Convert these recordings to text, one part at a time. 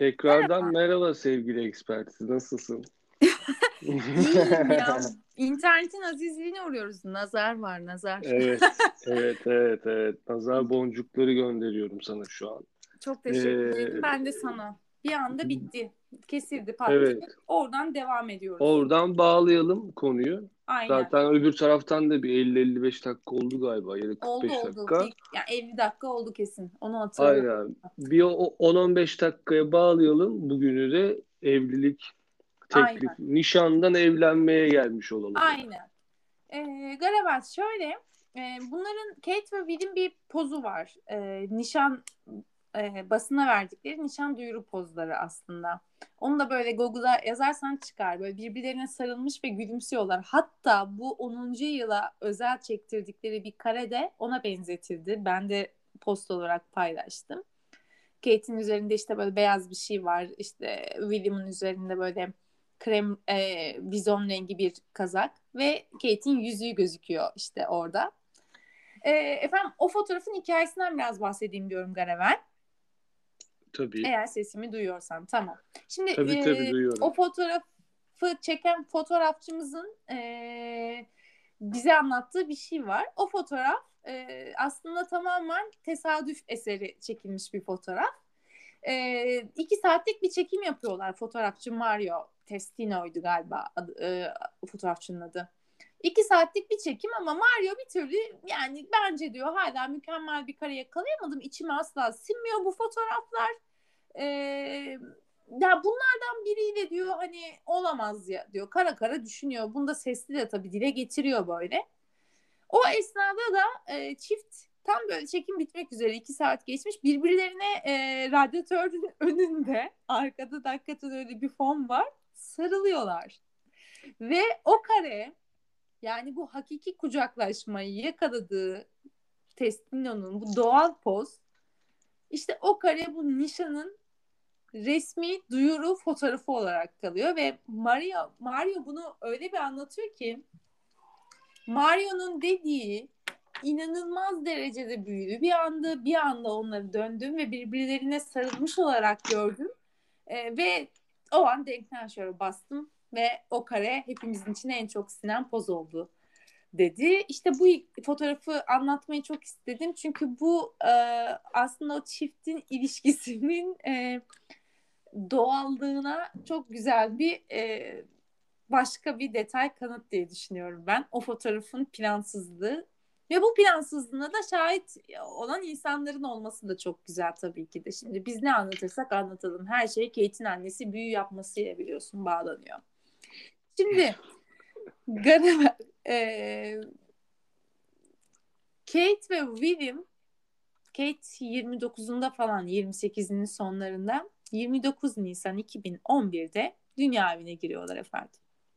Tekrardan merhaba sevgili ekspertiz. Nasılsın? İyiyim ya. İnternetin azizliğine uğruyoruz. Nazar var, nazar. Evet. Nazar boncukları gönderiyorum sana şu an. Çok teşekkür ederim. Ben de sana. Bir anda bitti. Kesildi, patladı. Evet. Oradan devam ediyoruz. Oradan bağlayalım konuyu. Aynen. Zaten öbür taraftan da bir 50-55 dakika oldu galiba ya da Oldu 45 oldu. dakika. Yani 50 dakika oldu kesin. Onu hatırlıyorum. Aynen. Bir 10-15 dakikaya bağlayalım. Bugünü de evlilik teklif, Aynen. nişandan evlenmeye gelmiş olalım yani. Aynen. Garabet şöyle. Bunların Kate ve Will'in bir pozu var. Nişan basına verdikleri nişan duyuru pozları aslında. Onu da böyle Google'a yazarsan çıkar. Böyle birbirlerine sarılmış ve gülümsüyorlar. Hatta bu 10. yıla özel çektirdikleri bir kare de ona benzetildi. Ben de post olarak paylaştım. Kate'in üzerinde işte böyle beyaz bir şey var. İşte William'ın üzerinde böyle krem bizon rengi bir kazak ve Kate'in yüzüğü gözüküyor işte orada. Efendim o fotoğrafın hikayesinden biraz bahsedeyim diyorum Garevel. Tabii. Eğer sesimi duyuyorsan tamam. Şimdi Tabii duyuyorum. o fotoğrafı çeken fotoğrafçımızın bize anlattığı bir şey var. O fotoğraf aslında tamamen tesadüf eseri çekilmiş bir fotoğraf. 2 saatlik bir çekim yapıyorlar. Fotoğrafçı Mario Testino'ydu galiba fotoğrafçının adı. 2 saatlik bir çekim ama Mario bir türlü yani bence diyor hala mükemmel bir kare yakalayamadım. İçime asla sinmiyor bu fotoğraflar. Ee, Ya bunlardan biriyle diyor hani olamaz ya diyor. Kara kara düşünüyor. Bunu da sesli de tabii dile getiriyor böyle. O esnada da çift tam böyle çekim bitmek üzere 2 saat geçmiş. Birbirlerine radyatörün önünde arkada da hakikaten öyle bir fon var. Sarılıyorlar. Ve o kare yani bu hakiki kucaklaşmayı yakaladığı Testino'nun bu doğal poz işte o kare bu nişanın resmi duyuru fotoğrafı olarak kalıyor ve Mario bunu öyle bir anlatıyor ki Mario'nun dediği inanılmaz derecede büyüdü. Bir anda onları döndüm ve birbirlerine sarılmış olarak gördüm. Ve o an denkten şöyle bastım ve o kare hepimizin içine en çok sinen poz oldu dedi. İşte bu fotoğrafı anlatmayı çok istedim. Çünkü bu aslında o çiftin ilişkisinin doğallığına çok güzel bir başka bir detay kanıt diye düşünüyorum ben. O fotoğrafın plansızlığı ve bu plansızlığına da şahit olan insanların olması da çok güzel tabii ki de. Şimdi biz ne anlatırsak anlatalım. Her şey Kate'in annesi büyü yapmasıyla biliyorsun bağlanıyor. Şimdi Kate ve William Kate 29'unda falan 28'inin sonlarında 29 Nisan 2011'de dünya evine giriyorlar efendim.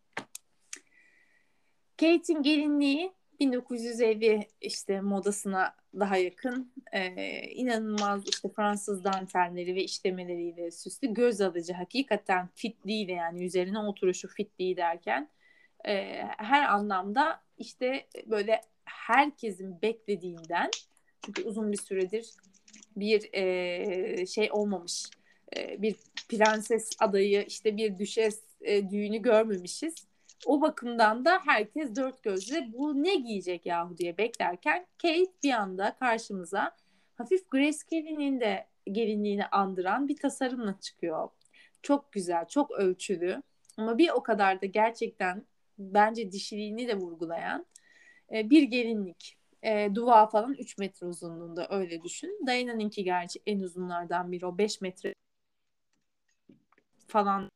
Kate'in gelinliği 1950 işte modasına daha yakın inanılmaz işte Fransız dantelleri ve işlemeleriyle süslü göz alıcı hakikaten fitliğiyle yani üzerine oturuşu fitliği derken her anlamda işte böyle herkesin beklediğinden çünkü uzun bir süredir bir şey olmamış bir prenses adayı işte bir düşes düğünü görmemişiz. O bakımdan da herkes dört gözle bu ne giyecek yahu diye beklerken Kate bir anda karşımıza hafif Grace Kelly'nin de gelinliğini andıran bir tasarımla çıkıyor. Çok güzel, çok ölçülü ama bir o kadar da gerçekten bence dişiliğini de vurgulayan bir gelinlik. Duvağı falan 3 metre uzunluğunda öyle düşün. Diana'nınki gerçi en uzunlardan biri o 5 metre falan.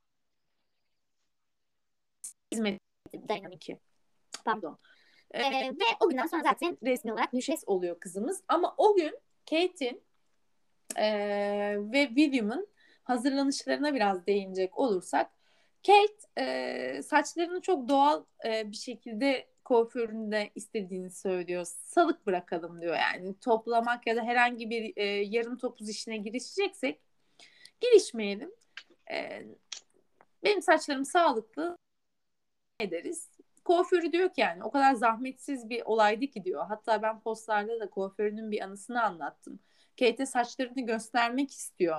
8 metre Diana'nınki. Pardon. Ve o günden sonra zaten resmi olarak düşes oluyor kızımız. Ama o gün Kate'in ve William'ın hazırlanışlarına biraz değinecek olursak Kate saçlarını çok doğal bir şekilde kuaföründe istediğini söylüyor. Salık bırakalım diyor yani. Toplamak ya da herhangi bir yarım topuz işine girişeceksek girişmeyelim. Benim saçlarım sağlıklı ederiz. Kuaförü diyor ki yani o kadar zahmetsiz bir olaydı ki diyor. Hatta ben postlarda da kuaförünün bir anısını anlattım. Kate saçlarını göstermek istiyor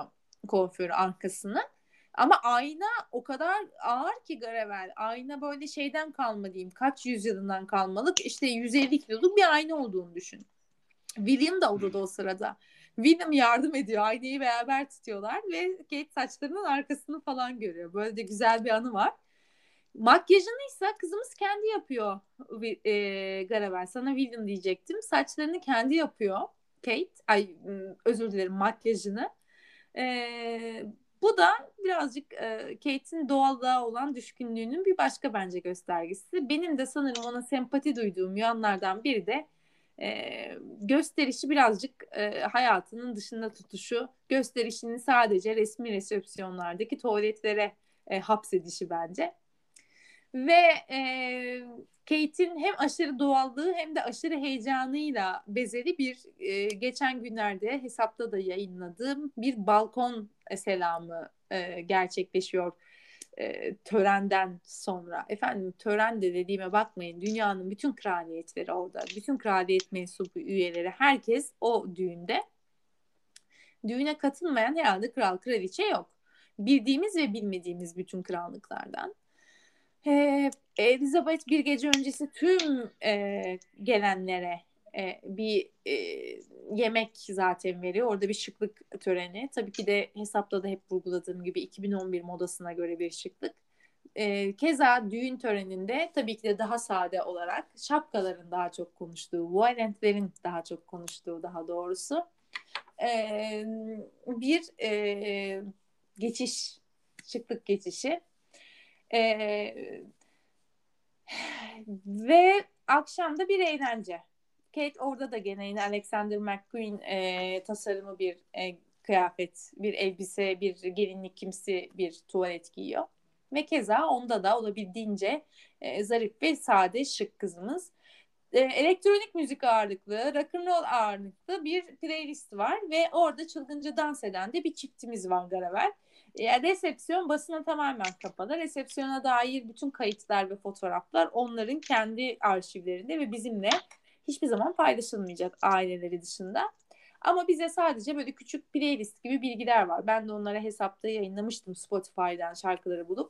kuaförü arkasını. Ama ayna o kadar ağır ki Garavel. Ayna böyle şeyden kalma diyeyim. Kaç yüzyılından kalmalık. İşte 150 kiloluk bir ayna olduğunu düşün. William da odada o sırada. William yardım ediyor. Aynayı beraber tutuyorlar ve Kate saçlarının arkasını falan görüyor. Böyle de güzel bir anı var. Makyajını ise kızımız kendi yapıyor. Garavel. Sana William diyecektim. Saçlarını kendi yapıyor. Kate. Özür dilerim, makyajını. E, Bu da birazcık Kate'in doğallığa olan düşkünlüğünün bir başka bence göstergesi. Benim de sanırım ona sempati duyduğum yanlardan biri de gösterişi birazcık hayatının dışında tutuşu, gösterişini sadece resmi resepsiyonlardaki tuvaletlere hapsedişi bence. Ve Kate'in hem aşırı doğallığı hem de aşırı heyecanıyla bezeli bir geçen günlerde hesapta da yayınladığım bir balkon selamı gerçekleşiyor törenden sonra. Efendim, tören de dediğime bakmayın. Dünyanın bütün kraliyetleri orada. Bütün kraliyet mensubu üyeleri, herkes o düğünde. Düğüne katılmayan herhalde kral kraliçe yok. Bildiğimiz ve bilmediğimiz bütün krallıklardan. Elizabeth bir gece öncesi tüm gelenlere bir yemek zaten veriyor. Orada bir şıklık töreni. Tabii ki de hesapta da hep vurguladığım gibi 2011 modasına göre bir şıklık. Keza düğün töreninde tabii ki de daha sade olarak şapkaların daha çok konuştuğu, violentlerin daha çok konuştuğu, daha doğrusu bir geçiş, şıklık geçişi. Ve akşamda bir eğlence. Kate orada da gene yine Alexander McQueen tasarımı bir kıyafet, bir elbise, bir gelinlik kimsi bir tuvalet giyiyor. Ve keza onda da olabildiğince zarif ve sade şık kızımız. Elektronik müzik ağırlıklı, rock'n'roll ağırlıklı bir playlist var ve orada çılgınca dans eden de bir çiftimiz var Garavel. Yani resepsiyon basına tamamen kapalı. Resepsiyona dair bütün kayıtlar ve fotoğraflar onların kendi arşivlerinde ve bizimle hiçbir zaman paylaşılmayacak, aileleri dışında. Ama bize sadece böyle küçük playlist gibi bilgiler var. Ben de onlara hesapta yayınlamıştım, Spotify'dan şarkıları bulup.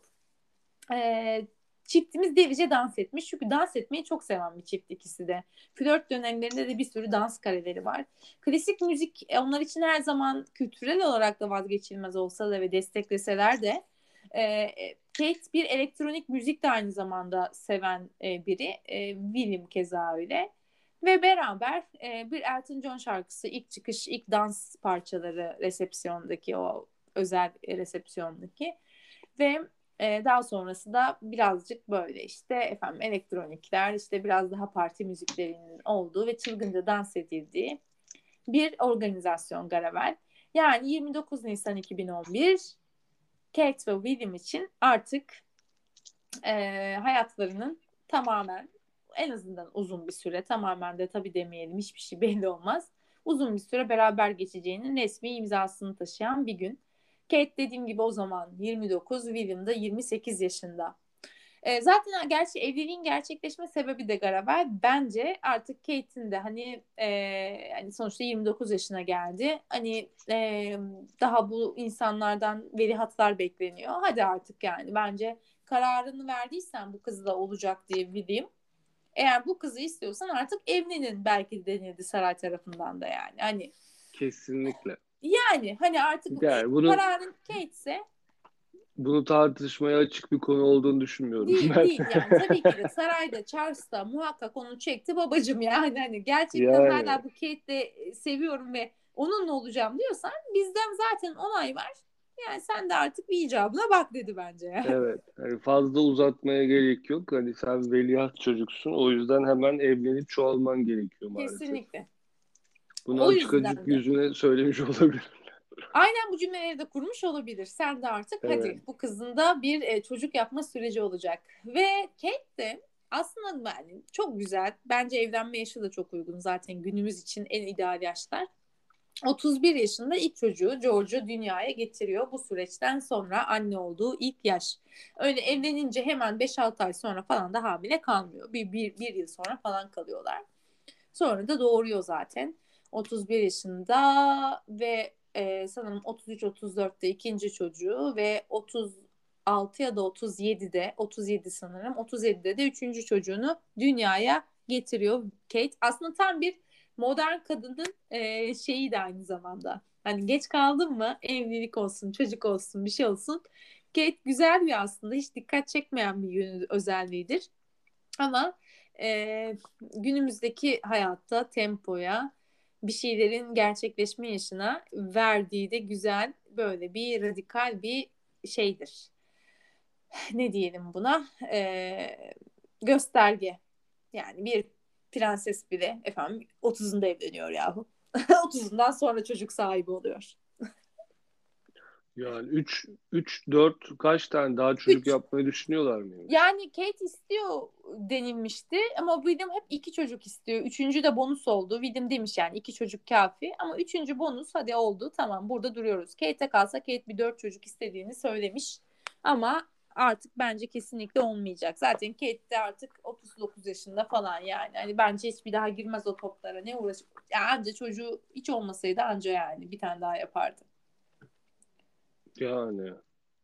Çiftimiz delice dans etmiş. Çünkü dans etmeyi çok seven bir çift ikisi de. Flört dönemlerinde de bir sürü dans kareleri var. Klasik müzik onlar için her zaman kültürel olarak da vazgeçilmez olsa da ve destekleseler de Kate bir elektronik müzik de aynı zamanda seven biri. William keza öyle. Ve beraber bir Elton John şarkısı, ilk çıkış, ilk dans parçaları resepsiyondaki, o özel resepsiyondaki ve daha sonrası da birazcık böyle işte efendim elektronikler, işte biraz daha parti müziklerinin olduğu ve çılgınca dans edildiği bir organizasyon Garavel. Yani 29 Nisan 2011 Kate ve William için artık hayatlarının tamamen, en azından uzun bir süre, tamamen de tabii demeyelim, hiçbir şey belli olmaz, uzun bir süre beraber geçeceğinin resmi imzasını taşıyan bir gün. Kate dediğim gibi o zaman 29, William da 28 yaşında. Zaten gerçi evliliğin gerçekleşme sebebi de Garavel. Bence artık Kate'in de hani sonuçta 29 yaşına geldi. Hani daha bu insanlardan veliahtlar bekleniyor. Hadi artık yani bence kararını verdiysen bu kızla olacak diye William. Eğer bu kızı istiyorsan artık evlenin belki denildi saray tarafından da yani. Hani Kesinlikle. yani hani artık Yani kararın Kate'se bunu tartışmaya açık bir konu olduğunu düşünmüyorum değil ben. değil yani tabii ki de sarayda Charles da muhakkak onu çekti babacım yani hani gerçekten Yani hala bu Kate'de seviyorum ve onunla olacağım diyorsan bizden zaten onay var. Yani sen de artık bir icabına bak dedi bence yani. evet. Yani fazla uzatmaya gerek yok. Hani sen veliaht çocuksun. O yüzden hemen evlenip çoğalman gerekiyor maalesef. Kesinlikle. Bunu O açık açık yüzden de yüzüne söylemiş olabilir. aynen bu cümleleri de kurmuş olabilir. Sen de artık Evet. hadi bu kızın da bir çocuk yapma süreci olacak. Ve Kate de aslında yani çok güzel. Bence evlenme yaşı da çok uygun zaten günümüz için en ideal yaşlar. 31 yaşında ilk çocuğu George'u dünyaya getiriyor. Bu süreçten sonra anne olduğu ilk yaş. Öyle evlenince hemen 5-6 ay sonra falan da hamile kalmıyor. Bir yıl sonra falan kalıyorlar. Sonra da doğuruyor zaten. 31 yaşında ve sanırım 33-34'te ikinci çocuğu ve 36 ya da 37 sanırım 37'de de üçüncü çocuğunu dünyaya getiriyor Kate. Aslında tam bir modern kadının şeyi de aynı zamanda. Hani geç kaldın mı evlilik olsun, çocuk olsun, bir şey olsun. Kate güzel bir aslında hiç dikkat çekmeyen bir yönü özelliğidir. Ama günümüzdeki hayatta tempoya bir şeylerin gerçekleşme yaşına verdiği de güzel böyle bir radikal bir şeydir. Ne diyelim buna? Gösterge. Yani bir prenses bile efendim 30'unda evleniyor yahu. 30'undan sonra çocuk sahibi oluyor. Yani 4 kaç tane daha çocuk 3. yapmayı düşünüyorlar mıymış? Yani Kate istiyor denilmişti ama William hep 2 çocuk istiyor. Üçüncü de bonus oldu. William demiş yani 2 çocuk kafi ama üçüncü bonus hadi oldu tamam burada duruyoruz. Kate'e kalsa Kate bir 4 çocuk istediğini söylemiş ama artık bence kesinlikle olmayacak. Zaten Kate de artık 39 yaşında falan yani. Hani bence hiçbir daha girmez o toplara ne uğraşıp. Ya anca çocuğu hiç olmasaydı anca yani bir tane daha yapardı. Yani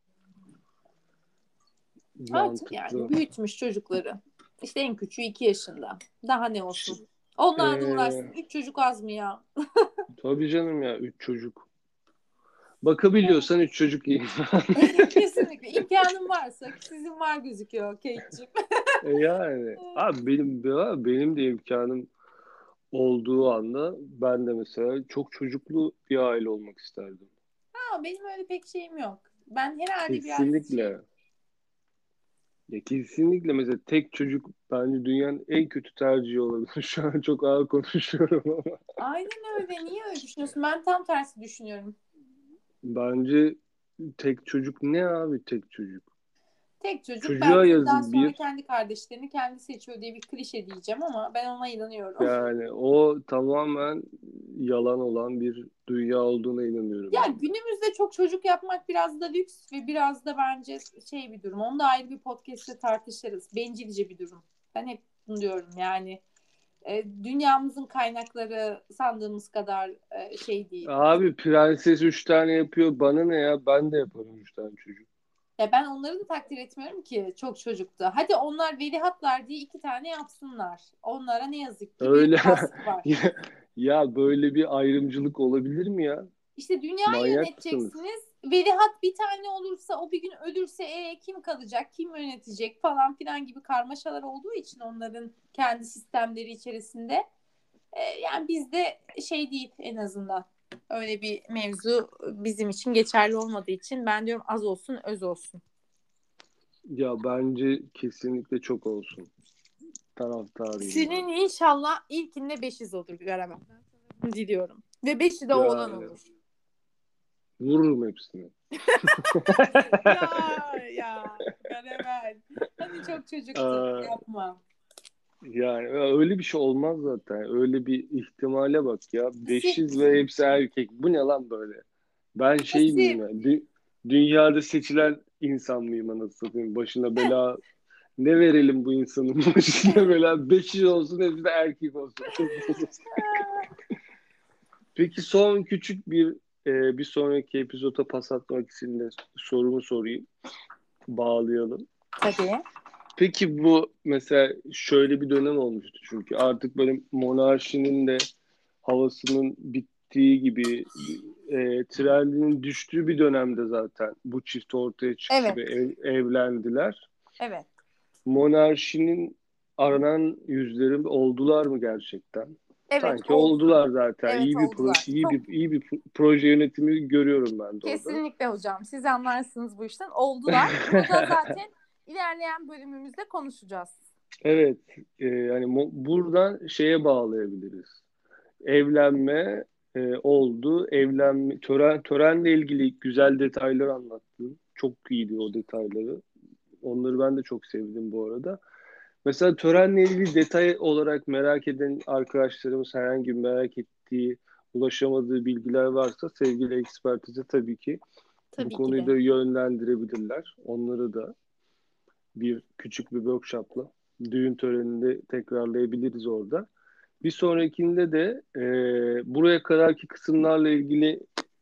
Evet yani mantıklı. büyütmüş çocukları. İşte en küçüğü 2 yaşında. Daha ne Ş- olsun. Onlar da uğraşsın. Ee, 3 çocuk az mı ya? tabii canım ya 3 çocuk. Bakabiliyorsan 3 çocuk iyi. Kesinlikle. İmkanım varsa ki sizin var gözüküyor Kate'ciğim. Yani abi benim de imkanım olduğu anda ben de mesela çok çocuklu bir aile olmak isterdim. Ha, benim öyle pek şeyim yok. Ben herhalde biraz şey. Kesinlikle. Ya kesinlikle mesela tek çocuk bence dünyanın en kötü tercihi olabilir. Şu an çok ağır konuşuyorum ama. Aynen öyle. Niye öyle düşünüyorsun? Ben tam tersi düşünüyorum. Bence tek çocuk ne abi tek çocuk? Tek çocuk Çocuğa belki daha yazın sonra bir. kendi kardeşlerini kendi seçiyor diye bir klişe diyeceğim ama ben ona inanıyorum. Yani o tamamen yalan olan bir dünya olduğuna inanıyorum Ya ben de. günümüzde çok çocuk yapmak biraz da lüks ve biraz da bence şey bir durum. Onu da ayrı bir podcast'te tartışırız. Bencilce bir durum. Ben hep bunu diyorum yani. Dünyamızın kaynakları sandığımız kadar şey değil. Abi prenses 3 tane yapıyor. Bana ne ya? Ben de yaparım 3 tane çocuk. Ya ben onları da takdir etmiyorum ki çok çocukta. Hadi onlar veliahtlar diye 2 tane yapsınlar. Onlara ne yazık ki bir Öyle baskı var. ya, ya böyle bir ayrımcılık olabilir mi ya? İşte dünyayı Manyak mısınız? yöneteceksiniz. Veliaht bir tane olursa o bir gün ölürse kim kalacak, kim yönetecek falan filan gibi karmaşalar olduğu için onların kendi sistemleri içerisinde. Yani bizde şey değil en azından. Öyle bir mevzu bizim için geçerli olmadığı için ben diyorum az olsun öz olsun. Ya bence kesinlikle çok olsun. Taraftarıyım ben. Senin inşallah ilkinde 500 olur Garaben. Ben sana bunu diliyorum. Ve 5'i de oğlan Yani olur. vururum hepsini. Ya Garaben. Hani çok çocuktun Aa, yapma. yani öyle bir şey olmaz zaten. Öyle bir ihtimale bak ya. Nasip, 500 ve hepsi erkek. Bu ne lan böyle? Ben şey miyim nasip. ya? Dünyada seçilen insan mıyım anasını satayım? Başına bela ne verelim bu insanın başına bela? 500 olsun hepsi de erkek olsun. Peki son küçük bir sonraki epizoda pas atmak için de sorumu sorayım. Bağlayalım. Tabii. Peki bu mesela şöyle bir dönem olmuştu çünkü artık böyle monarşinin de havasının bittiği gibi trendinin düştüğü bir dönemde zaten bu çift ortaya çıktı Evet. ve evlendiler. Evet. Monarşinin aranan yüzleri oldular mı gerçekten? Evet Sanki oldular. oldular zaten. Evet oldular. Çok İyi bir proje yönetimi görüyorum ben de orada. kesinlikle hocam. Siz anlarsınız bu işten. Oldular. Bunu da zaten ilerleyen bölümümüzde konuşacağız. Evet, yani buradan şeye bağlayabiliriz. Evlenme oldu. Törenle ilgili güzel detaylar anlattın. Çok iyiydi o detayları. Onları ben de çok sevdim bu arada. Mesela törenle ilgili detay olarak merak eden arkadaşlarımız herhangi bir merak ettiği, ulaşamadığı bilgiler varsa sevgili ekspertize tabii ki bu Tabii ki konuyu de. da yönlendirebilirler. Onları da küçük bir workshopla düğün töreninde tekrarlayabiliriz orada. Bir sonrakinde de buraya kadarki kısımlarla ilgili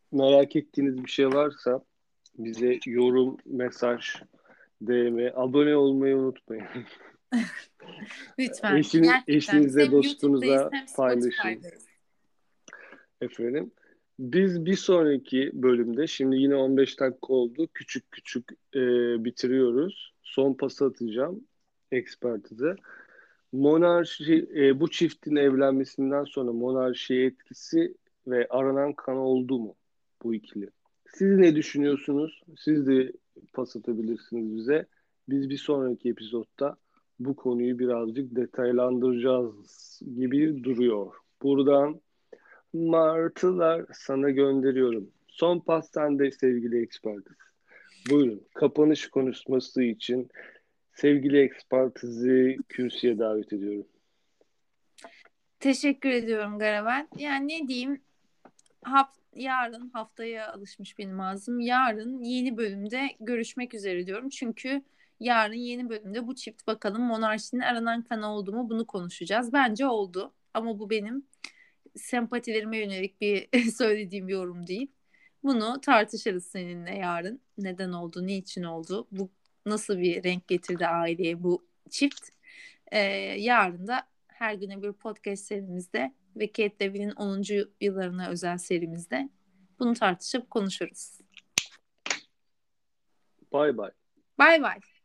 merak ettiğiniz bir şey varsa bize yorum, mesaj, DM, abone olmayı unutmayın. Lütfen. Gerçekten biz Eşinize, hem YouTube'dayız dostunuza hem paylaşın Spotify'dayız. efendim. Biz bir sonraki bölümde, şimdi yine 15 dakika oldu. Küçük küçük bitiriyoruz. Son pası atacağım ekspertize. Monarşi, bu çiftin evlenmesinden sonra monarşiye etkisi ve aranan kan oldu mu bu ikili? Siz ne düşünüyorsunuz? Siz de pas atabilirsiniz bize. Biz bir sonraki epizodda bu konuyu birazcık detaylandıracağız gibi duruyor. Buradan martılar sana gönderiyorum. Son pas sende sevgili ekspertiz. Buyurun. Kapanış konuşması için sevgili ekspertizi kürsüye davet ediyorum. Teşekkür ediyorum Garavel. Yani ne diyeyim? Yarın haftaya alışmış benim ağzım. Yarın yeni bölümde görüşmek üzere diyorum. Çünkü yarın yeni bölümde bu çift bakalım monarşinin aranan kanı oldu mu bunu konuşacağız. Bence oldu. Ama bu benim sempatilerime yönelik bir söylediğim bir yorum değil. Bunu tartışırız seninle yarın. Neden oldu, niçin oldu, bu nasıl bir renk getirdi aileye bu çift. Yarın da her güne bir podcast serimizde ve Kate Levin'in 10. yıllarına özel serimizde bunu tartışıp konuşuruz. Bay bay. Bay bay.